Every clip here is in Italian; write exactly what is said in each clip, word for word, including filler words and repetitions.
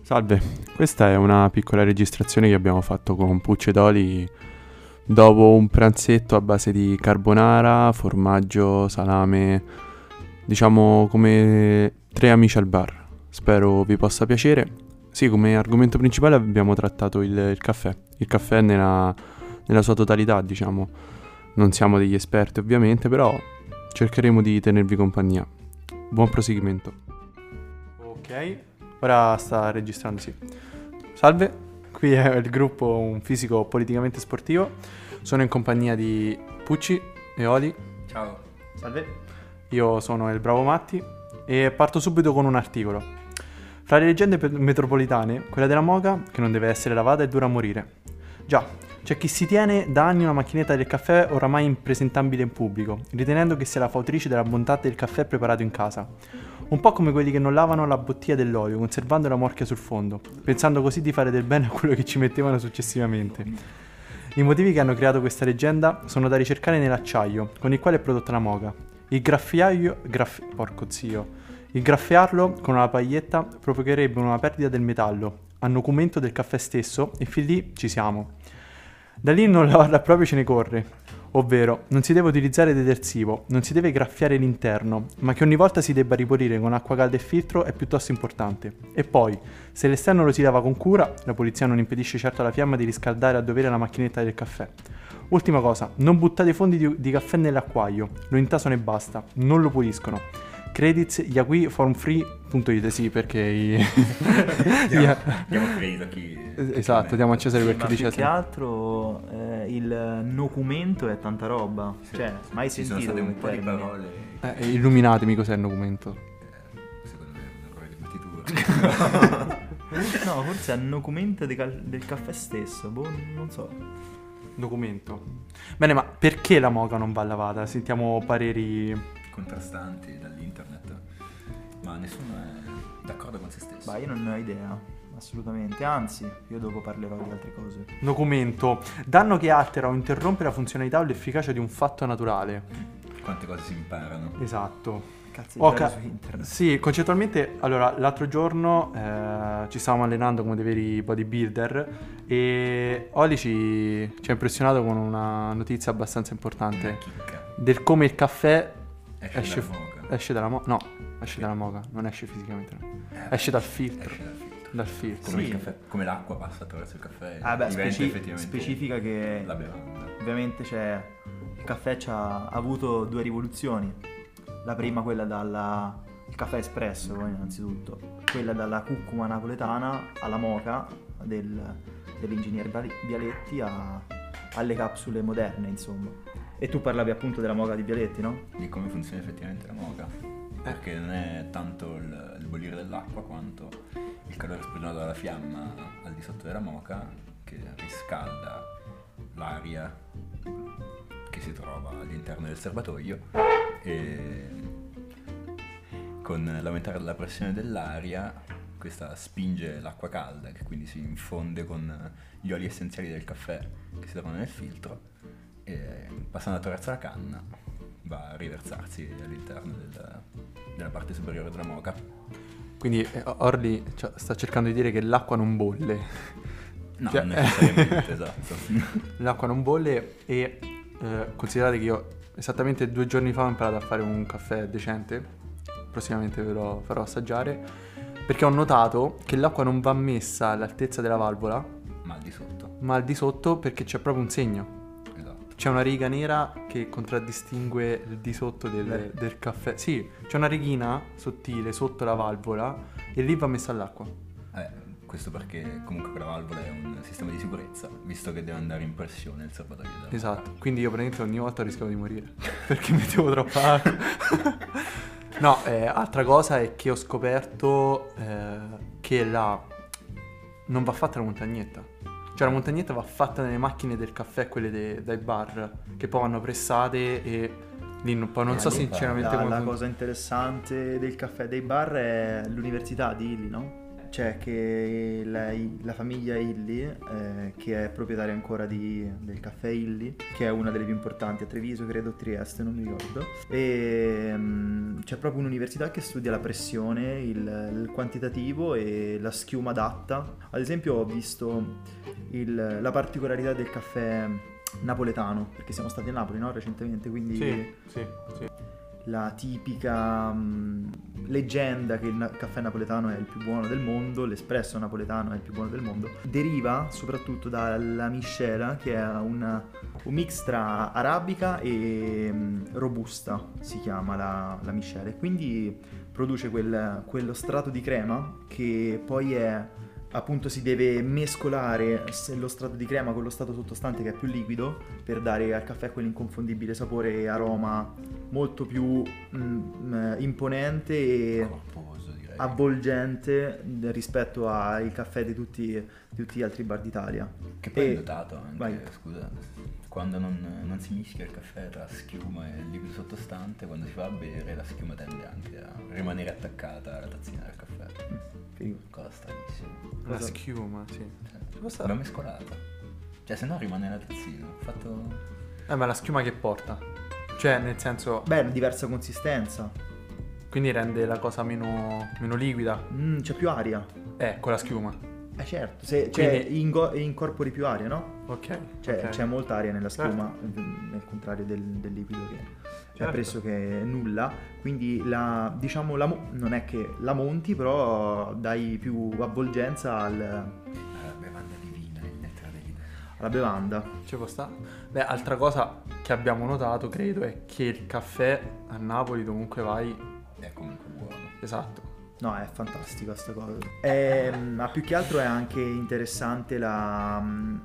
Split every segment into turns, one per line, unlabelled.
Salve, questa è una piccola registrazione che abbiamo fatto con Pucci ed Oli dopo un pranzetto a base di carbonara, formaggio, salame, diciamo come tre amici al bar. Spero vi possa piacere. Sì, come argomento principale abbiamo trattato il, il caffè, il caffè nella, nella sua totalità, diciamo. Non siamo degli esperti ovviamente, però cercheremo di tenervi compagnia. Buon proseguimento. Ok. Ora sta registrando, sì. Salve, qui è il gruppo Un fisico politicamente sportivo. Sono in compagnia di Pucci e Oli.
Ciao.
Salve.
Io sono il Bravo Matti e parto subito con un articolo. Fra le leggende pe- metropolitane, quella della moka, che non deve essere lavata, è dura a morire. Già, c'è chi si tiene da anni una macchinetta del caffè oramai impresentabile in pubblico, ritenendo che sia la fautrice della bontà del caffè preparato in casa. Un po' come quelli che non lavano la bottiglia dell'olio, conservando la morchia sul fondo, pensando così di fare del bene a quello che ci mettevano successivamente. I motivi che hanno creato questa leggenda sono da ricercare nell'acciaio, con il quale è prodotta la moka. Il graffiaio... Graff... porco zio. Il graffiarlo con una paglietta provocherebbe una perdita del metallo, annocumento del caffè stesso, e fin lì ci siamo. Da lì non lavarla proprio ce ne corre. Ovvero, non si deve utilizzare detersivo, non si deve graffiare l'interno, ma che ogni volta si debba ripulire con acqua calda e filtro è piuttosto importante. E poi, se l'esterno lo si lava con cura, la pulizia non impedisce certo alla fiamma di riscaldare a dovere la macchinetta del caffè. Ultima cosa, non buttate fondi di, di caffè nell'acquaio, lo intasano e basta, non lo puliscono. Credits yaquiformfree punto it, sì, perché i...
diamo, diamo credito a chi...
Esatto, diamo a Cesare
Sì,
perché
ma
dice...
più che altro eh, il nocumento è tanta roba.
Sì.
Cioè, mai
Ci
sentito
sono state un
come
po' di
termine.
parole,
Eh, illuminatemi cos'è il documento.
eh, secondo me è un errore di battitura.
No, forse è nocumento de cal- del caffè stesso. Boh, non so.
Documento. Bene, ma perché la moka non va lavata? Sentiamo pareri...
Contrastanti dall'internet, ma nessuno è d'accordo con se stesso.
Ma io non ne ho idea, assolutamente. Anzi, io dopo parlerò di altre cose.
Documento. Danno che altera o interrompe la funzionalità o l'efficacia di un fatto naturale.
Quante cose si imparano.
Esatto.
Cazzo di
Oh,
okay.
ca-
su internet.
Sì, concettualmente, allora, l'altro giorno eh, ci stavamo allenando come dei veri bodybuilder e Oli ci, ci ha impressionato con una notizia abbastanza importante
Una chicca.
del come il caffè
Esce,
esce,
dalla moka.
esce dalla moka. No, esce dalla moka, non esce fisicamente. No.
Eh,
Esce dal filtro.
Esce dal filtro.
Dal filtro.
Come,
Sì.
il caffè, come l'acqua passa attraverso il caffè.
Ah beh,
diventa
speci-
effettivamente
specifica che
la bevanda.
ovviamente c'è il caffè ci ha avuto due rivoluzioni. La prima quella dalla il caffè espresso, poi innanzitutto, quella dalla curcuma napoletana alla moka del, dell'ingegner Biale- Bialetti a- alle capsule moderne, insomma. E tu parlavi appunto della moka di Bialetti, no?
Di come funziona effettivamente la moka, perché non è tanto il, il bollire dell'acqua quanto il calore sprigionato dalla fiamma al di sotto della moka che riscalda l'aria che si trova all'interno del serbatoio e con l'aumentare della pressione dell'aria questa spinge l'acqua calda che quindi si infonde con gli oli essenziali del caffè che si trovano nel filtro e passando attraverso la canna va a riversarsi all'interno del, della parte superiore della moka.
Quindi eh, Orly cioè, sta cercando di dire che l'acqua non bolle.
No,
Cioè-
non necessariamente, esatto.
L'acqua non bolle e eh, considerate che io esattamente due giorni fa ho imparato a fare un caffè decente, prossimamente ve lo farò assaggiare, perché ho notato che l'acqua non va messa all'altezza della valvola,
Ma al di sotto,
ma al di sotto perché c'è proprio un segno.
esatto.
C'è una riga nera che contraddistingue il di sotto del,
Beh.
del caffè. Sì, c'è una righina sottile sotto la valvola e lì va messa l'acqua.
Eh, questo perché comunque quella valvola è un sistema di sicurezza, visto che deve andare in pressione il serbatoio della
Esatto,
moka.
quindi io praticamente ogni volta rischiavo di morire perché mettevo troppa acqua. No, eh, altra cosa è che ho scoperto eh, che la non va fatta la montagnetta. Cioè la montagnetta va fatta nelle macchine del caffè, quelle de- dai bar, che poi vanno pressate e lì non, poi non
Eh,
so
lì
sinceramente
La,
come
la
fun-
cosa interessante del caffè dei bar è l'università di Illy, no? c'è che la, la famiglia Illy, eh, che è proprietaria ancora di, del caffè Illy, che è una delle più importanti a Treviso, credo, Trieste, non mi ricordo. E um, c'è proprio un'università che studia la pressione, il, il quantitativo e la schiuma adatta. Ad esempio ho visto il, la particolarità del caffè napoletano, perché siamo stati a Napoli, no? Recentemente, quindi
Sì, sì, sì.
la tipica um, leggenda che il na- caffè napoletano è il più buono del mondo, l'espresso napoletano è il più buono del mondo, deriva soprattutto dalla miscela, che è una, un mix tra arabica e um, robusta, si chiama la, la miscela, e quindi produce quel, quello strato di crema che poi è... appunto si deve mescolare lo strato di crema con lo strato sottostante, che è più liquido, per dare al caffè quell'inconfondibile sapore e aroma molto più mm, imponente e
corposo, direi,
avvolgente rispetto al caffè di tutti, di tutti gli altri bar d'Italia.
che poi
E-
ho notato anche,
vai.
scusa, quando non, non si mischia il caffè tra schiuma e liquido sottostante, quando si va a bere la schiuma tende anche a rimanere attaccata alla tazzina del caffè.
Figo.
Cosa stranissima.
La
Cosa-
schiuma, sì.
Cioè, l'ho mescolata. Cioè, se no rimane la tazzina. Ho fatto...
Eh, ma la schiuma che porta? Cioè, nel senso,
Beh, diversa consistenza.
quindi rende la cosa meno, meno liquida.
Mm, c'è più aria.
Eh, con la schiuma.
Eh certo, se, cioè
Quindi-
ingo- incorpori più aria, no?
Ok.
Cioè
ok.
c'è molta aria nella schiuma, nel contrario del, del liquido che è
Certo.
pressoché nulla, quindi la, diciamo, la, mo- non è che la monti, però dai più avvolgenza al-
La bevanda divina, il nettare delle idee.
alla bevanda.
Ci può sta? Beh, altra cosa che abbiamo notato, credo, è che il caffè a Napoli dovunque vai,
È comunque buono.
esatto.
No, è fantastica sta cosa. È, ma più che altro è anche interessante la,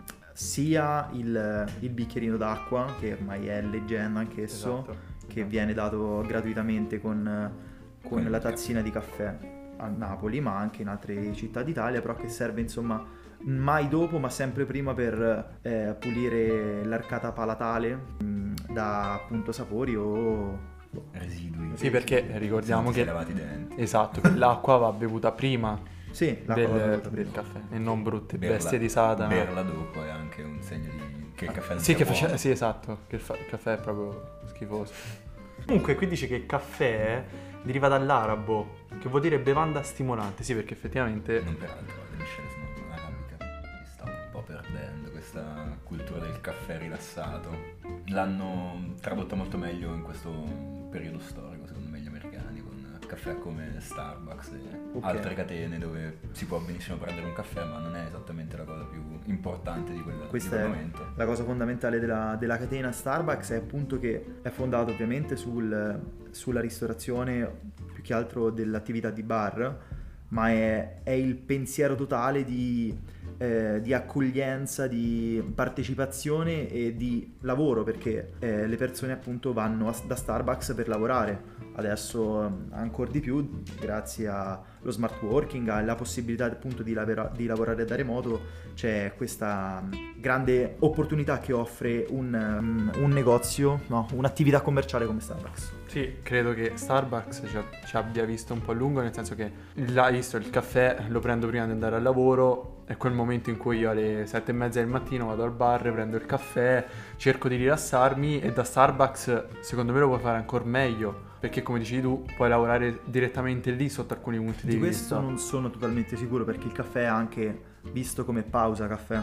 sia il, il bicchierino d'acqua, che ormai è leggenda anch'esso,
Esatto.
che viene dato gratuitamente con, con
Con
la
il
tazzina di caffè a Napoli, ma anche in altre città d'Italia, però che serve insomma mai dopo, ma sempre prima, per eh, pulire l'arcata palatale mh, da appunto sapori o...
Residui.
Sì, perché ricordiamo
Se non ti sei
che...
lavati i denti.
Esatto, che l'acqua va bevuta prima
Sì, l'acqua va
del,
bevuta
del
prima.
caffè e non brutte
Berla-
bestie di Satana.
Berla dopo è anche un segno di... che il caffè non
Sì,
sia
che
buono.
face- sì, esatto, che il, fa- il caffè è proprio schifoso. Comunque qui dice che il caffè deriva dall'arabo, che vuol dire bevanda stimolante. Sì, perché effettivamente...
Non peraltro, le miscele sono arabica. Si sta un po' perdendo questa cultura del caffè rilassato. L'hanno tradotto molto meglio in questo periodo storico, secondo me, gli americani, con caffè come Starbucks e
Ok.
altre catene dove si può benissimo prendere un caffè, ma non è esattamente la cosa più importante di quel, di
Questa
quel
è
momento.
la cosa fondamentale della, della catena Starbucks, è appunto che è fondata ovviamente sul- sulla ristorazione, più che altro dell'attività di bar, ma è, è il pensiero totale di, eh, di accoglienza, di partecipazione e di lavoro, perché eh, le persone appunto vanno a- da Starbucks per lavorare. Adesso eh, ancora di più, grazie allo smart working, alla possibilità appunto di, lavora- di lavorare da remoto, c'è questa mm, grande opportunità che offre un, mm, un negozio, no, un'attività commerciale come Starbucks.
Sì, credo che Starbucks ci, ci abbia visto un po' a lungo, nel senso che l'ha visto, il caffè lo prendo prima di andare al lavoro, è quel momento in cui io alle sette e mezza del mattino vado al bar, prendo il caffè, cerco di rilassarmi, e da Starbucks secondo me lo puoi fare ancora meglio, perché come dici tu puoi lavorare direttamente lì sotto alcuni punti di,
Di questo
vista.
non sono totalmente sicuro, perché il caffè è anche visto come pausa caffè.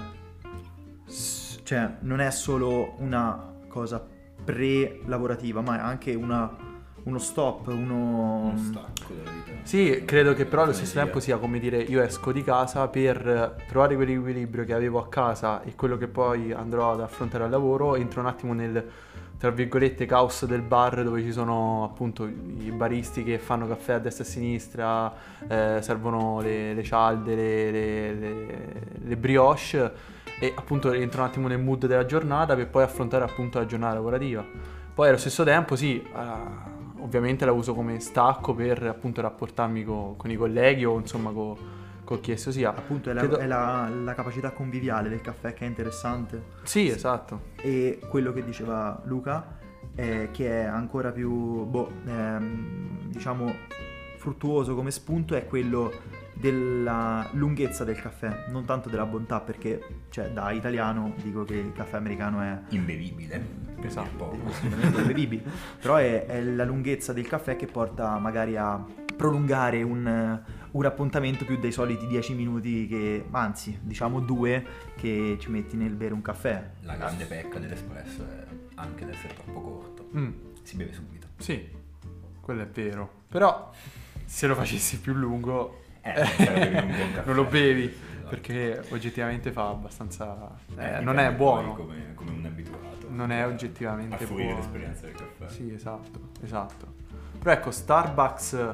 Cioè, non è solo una cosa pre-lavorativa, ma è anche una, uno stop, uno...
Uno stacco della vita.
Sì, credo che però allo stesso
Frenesia.
tempo sia come dire, io esco di casa per trovare quell'equilibrio che avevo a casa e quello che poi andrò ad affrontare al lavoro, entro un attimo nel, tra virgolette, caos del bar, dove ci sono appunto i baristi che fanno caffè a destra e a sinistra, eh, servono le, le cialde, le, le, le, le brioche, e appunto entro un attimo nel mood della giornata per poi affrontare appunto la giornata lavorativa. Poi allo stesso tempo sì, eh, ovviamente la uso come stacco per appunto rapportarmi co- con i colleghi o insomma co- con chi esso sia.
Appunto è, la,
Credo-
è la- la capacità conviviale del caffè che è interessante.
Sì, esatto.
E quello che diceva Luca, eh, che è ancora più, boh, ehm, diciamo, fruttuoso come spunto, è quello della lunghezza del caffè, non tanto della bontà, perché cioè da italiano dico che il caffè americano è
Imbevibile.
Esatto.
assolutamente imbevibile, però è, è la lunghezza del caffè che porta magari a prolungare un, un appuntamento più dei soliti dieci minuti che, anzi diciamo due, che ci metti nel bere un caffè.
La grande pecca dell'espresso è anche l'essere troppo corto.
Mm,
Si beve subito.
sì, quello è vero. Però se lo facessi più lungo
Eh, sarebbe un buon caffè.
non lo bevi,
Esatto.
perché oggettivamente fa abbastanza... eh,
Eh,
non è
dipende
buono.
poi Come, come un abituato.
Non è
a-
oggettivamente
A fruire
buono.
l'esperienza del caffè.
Sì, esatto, esatto. Però ecco, Starbucks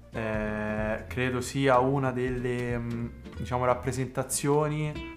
eh, credo sia una delle, mh, diciamo, rappresentazioni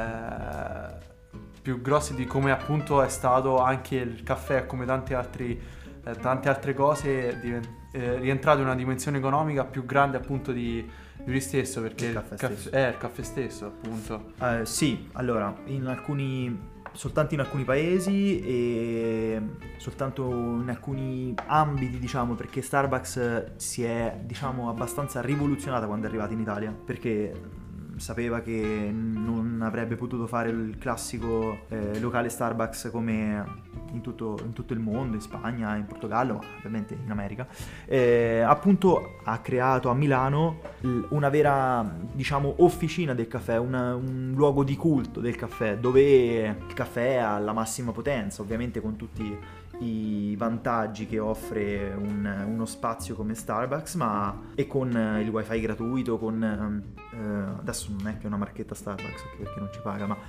eh, più grosse di come appunto è stato anche il caffè, come tanti altri, eh, tante altre cose, diven- eh, rientrato in una dimensione economica più grande appunto di, di lui stesso, perché
Il
il
caffè
caff-
stesso.
è il caffè stesso, appunto.
Eh, sì, allora, in alcuni, soltanto in alcuni paesi e soltanto in alcuni ambiti, diciamo, perché Starbucks si è, diciamo, abbastanza rivoluzionata quando è arrivata in Italia, perché mh, sapeva che non avrebbe potuto fare il classico eh, locale Starbucks come in tutto, in tutto il mondo, in Spagna, in Portogallo, ma ovviamente in America. Eh, appunto ha creato a Milano l- una vera, diciamo, officina del caffè, una- un luogo di culto del caffè, dove il caffè è alla massima potenza, ovviamente con tutti i vantaggi che offre un- uno spazio come Starbucks, ma e con eh, il wifi gratuito, con eh, adesso non è che è una marchetta Starbucks, ok, perché non ci paga, ma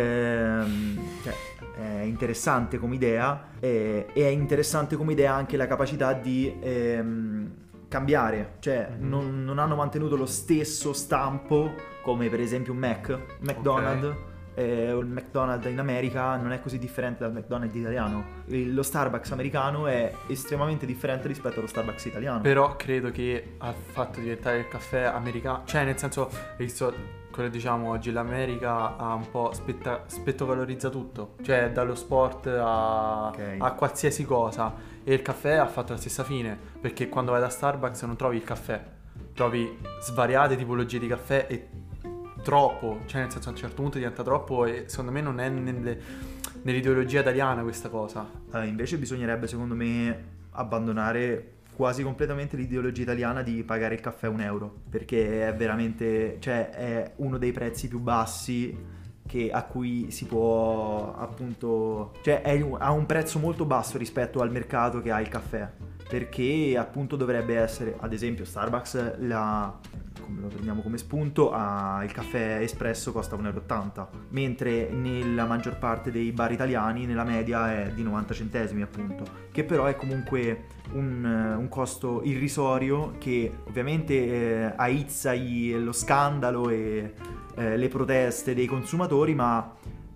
ehm, cioè, è interessante come idea, e e è interessante come idea anche la capacità di ehm, cambiare, cioè
Mhm.
non, non hanno mantenuto lo stesso stampo come per esempio un Mac, McDonald's. Eh, il McDonald's in America non è così differente dal McDonald's italiano. Il- lo Starbucks americano è estremamente differente rispetto allo Starbucks italiano.
Però credo che ha fatto diventare il caffè americano, cioè nel senso, hai visto quello che diciamo oggi, l'America ha un po' spetta- spettacolarizza tutto, cioè dallo sport a,
Ok.
a qualsiasi cosa, e il caffè ha fatto la stessa fine, perché quando vai da Starbucks non trovi il caffè, trovi svariate tipologie di caffè e troppo, cioè nel senso a un certo punto diventa troppo e secondo me non è nelle- nell'ideologia italiana questa cosa.
Eh, invece bisognerebbe secondo me abbandonare quasi completamente l'ideologia italiana di pagare il caffè un euro, perché è veramente, cioè è uno dei prezzi più bassi che a cui si può appunto, cioè è, ha un prezzo molto basso rispetto al mercato che ha il caffè, perché appunto dovrebbe essere, ad esempio Starbucks, la, come lo prendiamo come spunto, ha, il caffè espresso costa un euro e ottanta, mentre nella maggior parte dei bar italiani nella media è di novanta centesimi appunto, che però è comunque un, un costo irrisorio che ovviamente eh, aizza i- lo scandalo e eh, le proteste dei consumatori, ma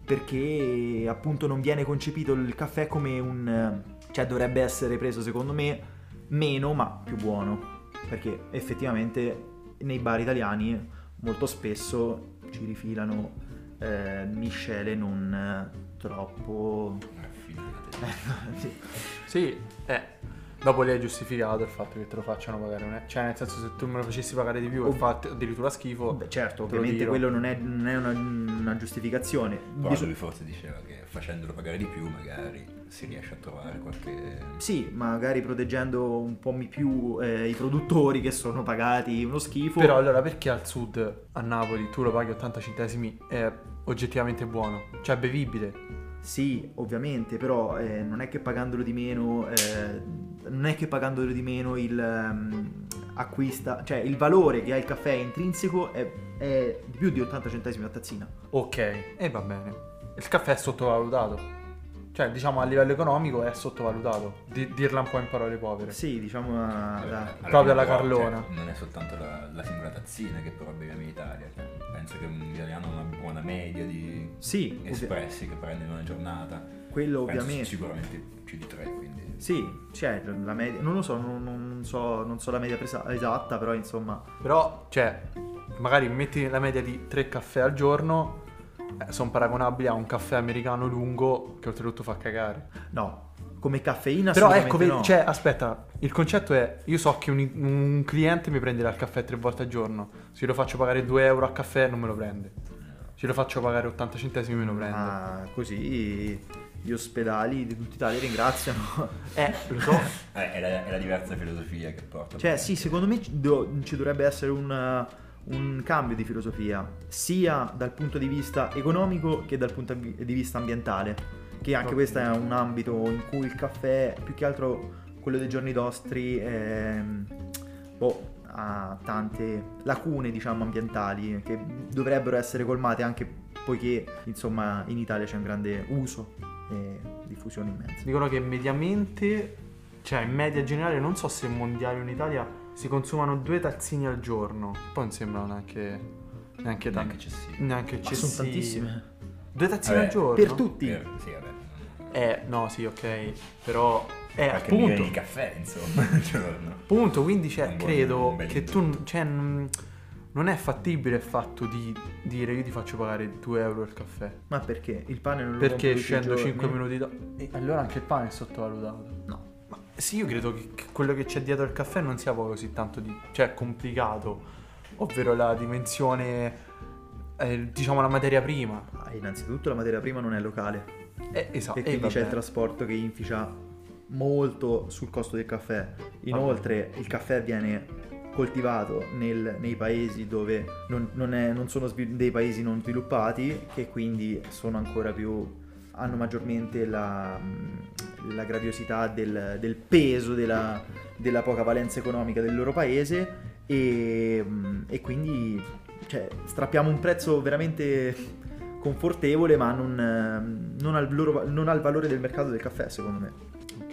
perché appunto non viene concepito il caffè come un, cioè dovrebbe essere preso secondo me meno ma più buono, perché effettivamente nei bar italiani molto spesso ci rifilano eh, miscele non eh, troppo
Raffinate.
sì.
Sì, eh. Dopo lì hai giustificato il fatto che te lo facciano pagare un euro. Cioè, nel senso, se tu me lo facessi pagare di più e
Oh.
fa addirittura schifo.
Beh, certo,
te lo
ovviamente
dirò.
quello non è, non è una, una giustificazione.
Però
Bis-
lui forse diceva che facendolo pagare di più magari si riesce a trovare qualche...
Sì, magari proteggendo un po' di più eh, i produttori che sono pagati uno schifo.
Però allora perché al sud, a Napoli, tu lo paghi ottanta centesimi è oggettivamente buono? Cioè, è bevibile.
Sì, ovviamente, però eh, non è che pagandolo di meno, eh, non è che pagandolo di meno il ehm, acquista, cioè il valore che ha il caffè intrinseco è, è di più di ottanta centesimi a tazzina.
Ok, e va bene. Il caffè è sottovalutato. Cioè, diciamo, a livello economico è sottovalutato. Di- dirla un po' in parole povere.
Sì, diciamo la-
Vabbè,
la-
alla
proprio
fine
alla
però,
Carlona.
cioè, non è soltanto la, la singola tazzina che però beviamo in Italia. Cioè, penso che un italiano ha una buona media di
Sì, ovvi-
espressi che prende in una giornata.
quello
Penso
ovviamente.
sicuramente più di tre, quindi...
Sì, c'è la media, non lo so, non, non so, non so la media presa- esatta, però insomma,
Però, cioè, magari metti la media di tre caffè al giorno, sono paragonabili a un caffè americano lungo che oltretutto fa cagare.
no, come caffeina
Però
assolutamente
ecco, vedi,
no.
cioè, aspetta, il concetto è, io so che un, un cliente mi prenderà il caffè tre volte al giorno, se lo faccio pagare due euro a caffè non me lo prende, se lo faccio pagare ottanta centesimi me lo prende.
Ah, così gli ospedali di tutta Italia ringraziano.
Eh, lo so.
Eh, è, la, è la diversa filosofia che porta.
Cioè sì, secondo me ci do- ci dovrebbe essere un, un cambio di filosofia, sia dal punto di vista economico che dal punto di vista ambientale, che anche
Ok.
questo è un ambito in cui il caffè, più che altro quello dei giorni nostri, ehm, boh, ha tante lacune, diciamo, ambientali che dovrebbero essere colmate, anche poiché insomma in Italia c'è un grande uso e diffusione immensa.
Dicono che mediamente, cioè in media generale, non so se mondiali o in Italia, si consumano due tazzini al giorno. Poi non sembrano neanche neanche
Neanche
tanti,
eccessivo.
neanche
Ma
eccessivi.
sono tantissime.
Due tazzini
Vabbè,
al giorno?
Per tutti.
Per- sì, vabbè.
Eh, no, sì, ok. Però eh,
Qualche milione
appunto,
di caffè, insomma, al giorno.
appunto, quindi cioè,
Un buon-
credo
un bel
che tu cioè, n- non è fattibile il fatto di dire io ti faccio pagare due euro il caffè.
Ma perché? Il pane non lo
Perché
compro tutti i
scendo
giorni?
cinque minuti dopo. E allora anche il pane è sottovalutato.
No.
Ma sì, io credo che che quello che c'è dietro il caffè non sia poi così tanto di, cioè complicato, ovvero la dimensione, eh, diciamo la materia prima.
Ah, innanzitutto la materia prima non è locale
Eh, esatto.
e
E
quindi c'è il
vabbè.
trasporto che inficia molto sul costo del caffè. Inoltre il caffè viene coltivato nel- nei paesi dove non, non è- non sono svil- dei paesi non sviluppati, che quindi sono ancora più, hanno maggiormente la, la graviosità del, del peso della, della poca valenza economica del loro paese e, e quindi cioè, strappiamo un prezzo veramente confortevole, ma non, non, al loro- non al valore del mercato del caffè, secondo me.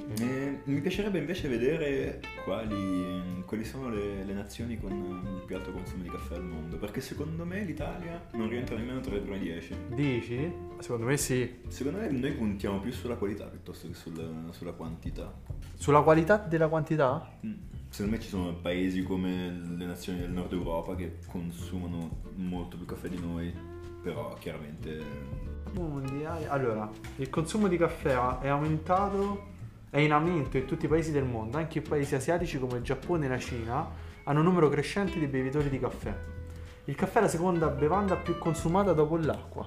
Eh, mi piacerebbe invece vedere quali, quali sono le, le nazioni con il più alto consumo di caffè al mondo, perché secondo me l'Italia non rientra nemmeno tra le prime dieci.
Dici? Secondo me sì.
Secondo me noi puntiamo più sulla qualità piuttosto che sul- sulla quantità.
Sulla qualità della quantità?
Mm. Secondo me ci sono paesi come le nazioni del nord Europa che consumano molto più caffè di noi, però chiaramente
Mondiale. Allora, il consumo di caffè è aumentato, è in aumento in tutti i paesi del mondo, anche i paesi asiatici come il Giappone e la Cina hanno un numero crescente di bevitori di caffè. Il caffè è la seconda bevanda più consumata dopo l'acqua.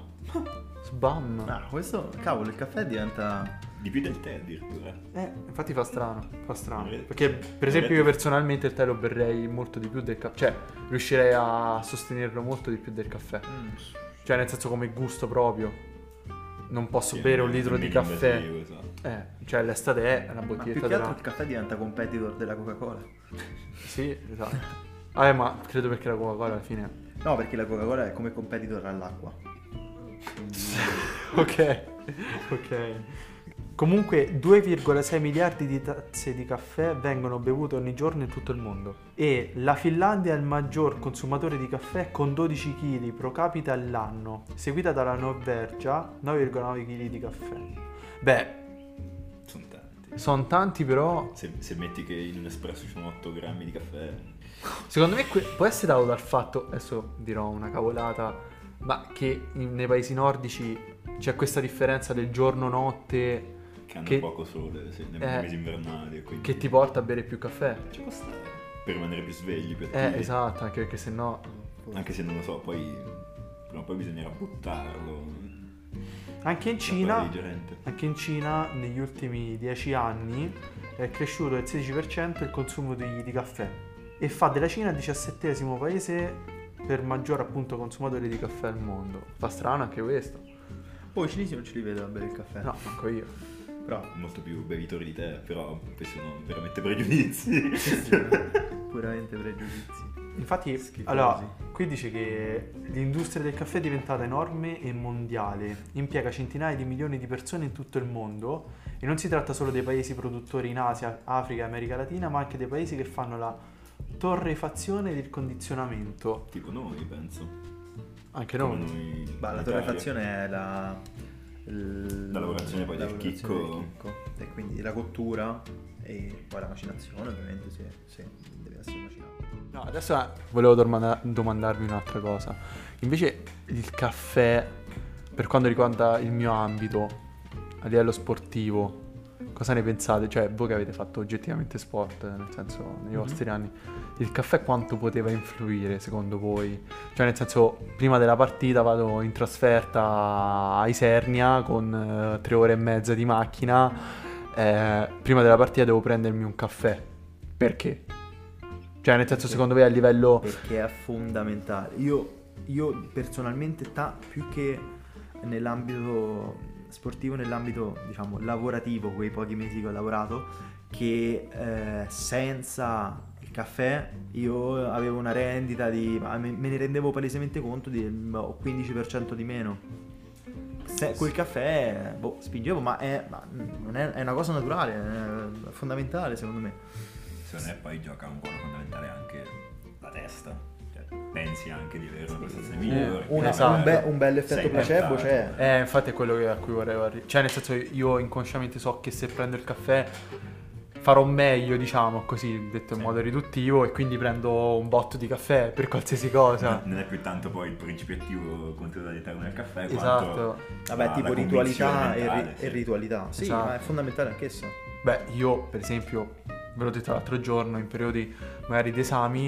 Sbam.
Ah, questo, cavolo, il caffè diventa...
di più del tè addirittura.
Eh, infatti fa strano, fa strano.
Vedi?
Perché per esempio io personalmente il tè lo berrei molto di più del caffè, cioè riuscirei a sostenerlo molto di più del caffè. Cioè nel senso come gusto proprio. Non posso
Sì,
bere un
è
litro di
meno
caffè.
invasivo, esatto.
Eh, cioè l'estate è una
Ma più
bottiglietta
che altro
della...
il caffè diventa competitor della Coca-Cola.
Sì, esatto. Ah, eh, ma credo perché la Coca-Cola alla fine...
No, perché la Coca-Cola è come competitor all'acqua.
Ok, ok. Comunque due virgola sei miliardi di tazze di caffè vengono bevute ogni giorno in tutto il mondo. E la Finlandia è il maggior consumatore di caffè con dodici chili pro capite all'anno, seguita dalla Norvegia, nove virgola nove chili di caffè. Beh,
Sono tanti.
sono tanti però...
Se, se metti che in un espresso ci sono otto grammi di caffè,
Secondo me que- può essere dato dal fatto, adesso dirò una cavolata, ma che in- nei paesi nordici c'è questa differenza del giorno-notte
che hanno
Che-
poco sole sì, nei
eh,
mesi invernali e quindi
che ti porta a bere più caffè.
ci può stare per rimanere più svegli, più
Eh,
attivi.
esatto, anche perché se no...
Anche se non lo so, poi prima o poi bisognerà buttarlo.
Anche in
La
Cina,
pelle digerente.
anche in Cina negli ultimi dieci anni è cresciuto del sedici per cento il consumo di, di caffè e fa della Cina il diciassettesimo paese per maggior appunto consumatore di caffè al mondo. Fa strano anche questo.
Poi i cinesi non ce li vedo a bere il caffè.
No, manco io.
Però,
Molto più bevitori di te, però questi sono veramente pregiudizi.
puramente pregiudizi.
Infatti,
Schifosi.
allora, qui dice che l'industria del caffè è diventata enorme e mondiale, impiega centinaia di milioni di persone in tutto il mondo e non si tratta solo dei paesi produttori in Asia, Africa e America Latina, ma anche dei paesi che fanno la torrefazione ed il condizionamento.
Tipo noi, penso.
Anche
Come
noi.
noi in
Bah, la
Italia.
torrefazione è la... il-
La lavorazione poi del
lavorazione
chicco.
del chicco. E quindi la cottura e poi la macinazione, ovviamente, se, se deve essere macinato.
No, adesso eh, volevo domanda- domandarvi un'altra cosa. Invece il caffè, per quanto riguarda il mio ambito, a livello sportivo, cosa ne pensate? Cioè, voi che avete fatto oggettivamente sport, nel senso, nei
Mhm.
vostri anni, il caffè quanto poteva influire secondo voi? Cioè, nel senso, prima della partita vado in trasferta a Isernia con eh, tre ore e mezza di macchina, eh, prima della partita devo prendermi un caffè. Perché? Cioè, nel senso,
Perché?
secondo me a livello...
Perché è fondamentale. Io, io personalmente, ta- più che nell'ambito sportivo, nell'ambito diciamo lavorativo, quei pochi mesi che ho lavorato, che eh, senza il caffè io avevo una rendita di... ma me me ne rendevo palesemente conto di boh, quindici per cento di meno. Se, quel caffè, boh, spingevo, ma, è, ma non è, è una cosa naturale, è fondamentale secondo me.
Secondo me poi gioca un ruolo fondamentale anche la testa. Cioè, pensi anche di avere una prestazione migliore.
Una-
Esatto.
un, be- un bel effetto
Sei
placebo
portato.
c'è.
Eh, infatti è quello che- a cui volevo arrivare. Cioè, nel senso, io inconsciamente so che se prendo il caffè farò meglio, diciamo così, detto in
Sì.
modo riduttivo, e quindi prendo un botto di caffè per qualsiasi cosa.
Non è più tanto poi il principio attivo contenuto all'interno del caffè,
Esatto.
quanto
Vabbè,
la-
tipo
la
ritualità
convinzione
e, ri-
mentale,
e
sì.
ritualità. Sì,
Esatto.
ma è fondamentale anch'essa.
Beh, io per esempio, ve l'ho detto l'altro giorno, in periodi magari di esami,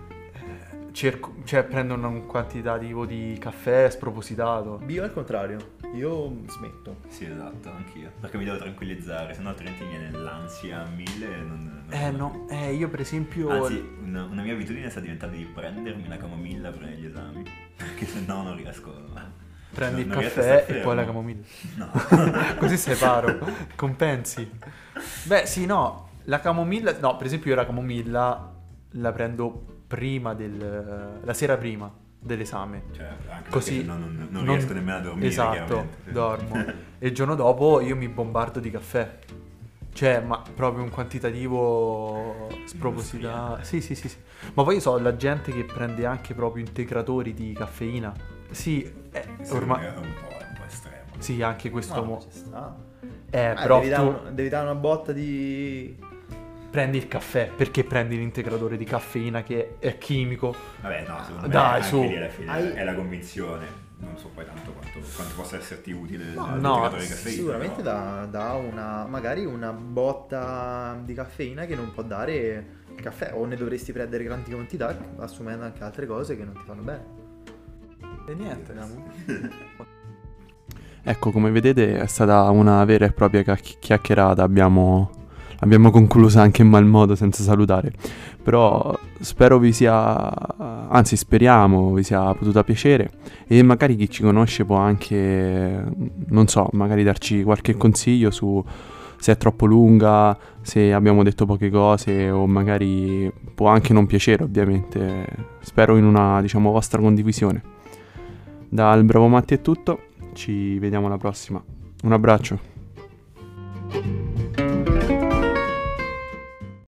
eh, cerco, cioè prendo un quantitativo di caffè spropositato.
Io al contrario, io smetto.
Sì, esatto, anch'io. Perché mi devo tranquillizzare, se no altrimenti viene l'ansia a mille e non, non
Eh no, eh, io per esempio...
Anzi, una, una mia abitudine sta diventando di prendermi la camomilla per gli esami. Perché se no non riesco a...
Prendi il
non riesco a
caffè
star
e poi la
fermo.
camomilla.
No.
Così sei paro, compensi. Beh, sì, no, la camomilla, no, per esempio io la camomilla la prendo prima del, la sera prima dell'esame.
Cioè, anche
Così
perché non, non, non
non-
riesco nemmeno a dormire,
Esatto,
chiaramente. Sì.
dormo. E il giorno dopo io mi bombardo di caffè. Cioè, ma proprio un quantitativo spropositato. Sì, sì, sì, sì. Ma poi io so la gente che prende anche proprio integratori di caffeina. Sì, eh,
Sì,
ormai...
è un po', è un po' estremo.
Sì, anche questo...
No,
mo-
ci sta.
Eh,
Eh,
però
devi,
tu
dare un- devi dare una botta di...
prendi il caffè, perché prendi l'integratore di caffeina che è chimico.
Vabbè, no, secondo me
Dai,
anche
su.
lì alla fine
Hai-
è la convinzione. Non so poi tanto quanto, quanto possa esserti utile
No,
l'integratore
no,
di caffeina.
Sicuramente
però-
dà, dà una, magari una botta di caffeina che non può dare il caffè, o ne dovresti prendere grandi quantità assumendo anche altre cose che non ti fanno bene.
E niente.
Ecco, come vedete è stata una vera e propria chiacch- chiacchierata, abbiamo, abbiamo conclusa anche in mal modo senza salutare, però spero vi sia, anzi speriamo vi sia potuta piacere, e magari chi ci conosce può anche, non so, magari darci qualche consiglio su se è troppo lunga, se abbiamo detto poche cose, o magari può anche non piacere, ovviamente. Spero in una, diciamo, vostra condivisione. Dal Bravo Matti è tutto. Ci vediamo alla prossima. Un abbraccio.